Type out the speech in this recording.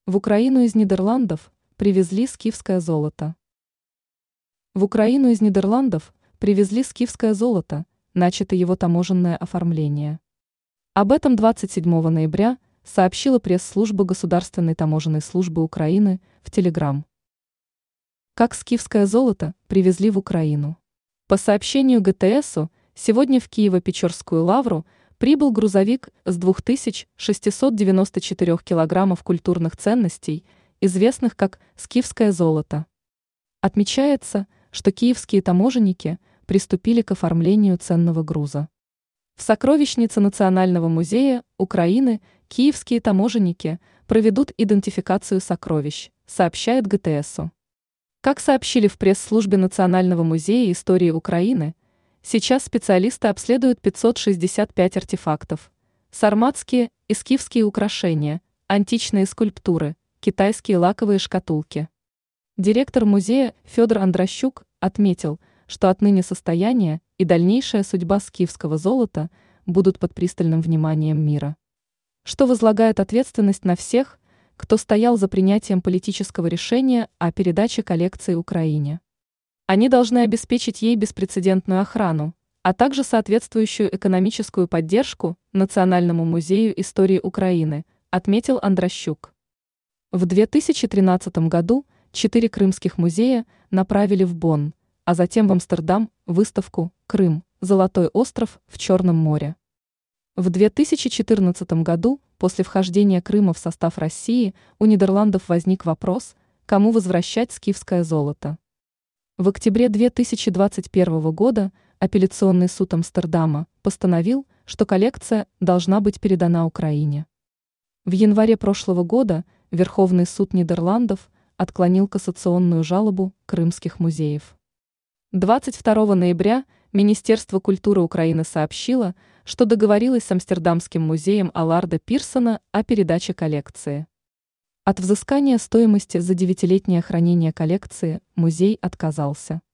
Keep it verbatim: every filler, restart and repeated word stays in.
В Украину из Нидерландов привезли скифское золото. В Украину из Нидерландов привезли скифское золото, начато его таможенное оформление. Об этом двадцать седьмого ноября сообщила пресс-служба Государственной таможенной службы Украины в Телеграм. Как скифское золото привезли в Украину? По сообщению гэ тэ эсу, сегодня в Киево-Печорскую лавру прибыл грузовик с двух тысяч шестисот девяноста четырёх килограммов культурных ценностей, известных как скифское золото. Отмечается, что киевские таможенники приступили к оформлению ценного груза. В сокровищнице Национального музея Украины киевские таможенники проведут идентификацию сокровищ, сообщает гэ тэ эсу. Как сообщили в пресс-службе Национального музея истории Украины, сейчас специалисты обследуют пятьсот шестьдесят пять артефактов: сарматские и скифские украшения, античные скульптуры, китайские лаковые шкатулки. Директор музея Федор Андрощук отметил, что отныне состояние и дальнейшая судьба скифского золота будут под пристальным вниманием мира, что возлагает ответственность на всех, кто стоял за принятием политического решения о передаче коллекции Украине. Они должны обеспечить ей беспрецедентную охрану, а также соответствующую экономическую поддержку Национальному музею истории Украины, отметил Андрощук. В две тысячи тринадцатом году четыре крымских музея направили в Бонн, а затем в Амстердам выставку «Крым. Золотой остров в Черном море». В две тысячи четырнадцатом году, после вхождения Крыма в состав России, у Нидерландов возник вопрос, кому возвращать скифское золото. В октябре две тысячи двадцать первого года апелляционный суд Амстердама постановил, что коллекция должна быть передана Украине. В январе прошлого года Верховный суд Нидерландов отклонил кассационную жалобу крымских музеев. двадцать второго ноября Министерство культуры Украины сообщило, что договорилось с Амстердамским музеем Алларда Пирсона о передаче коллекции. От взыскания стоимости за девятилетнее хранение коллекции музей отказался.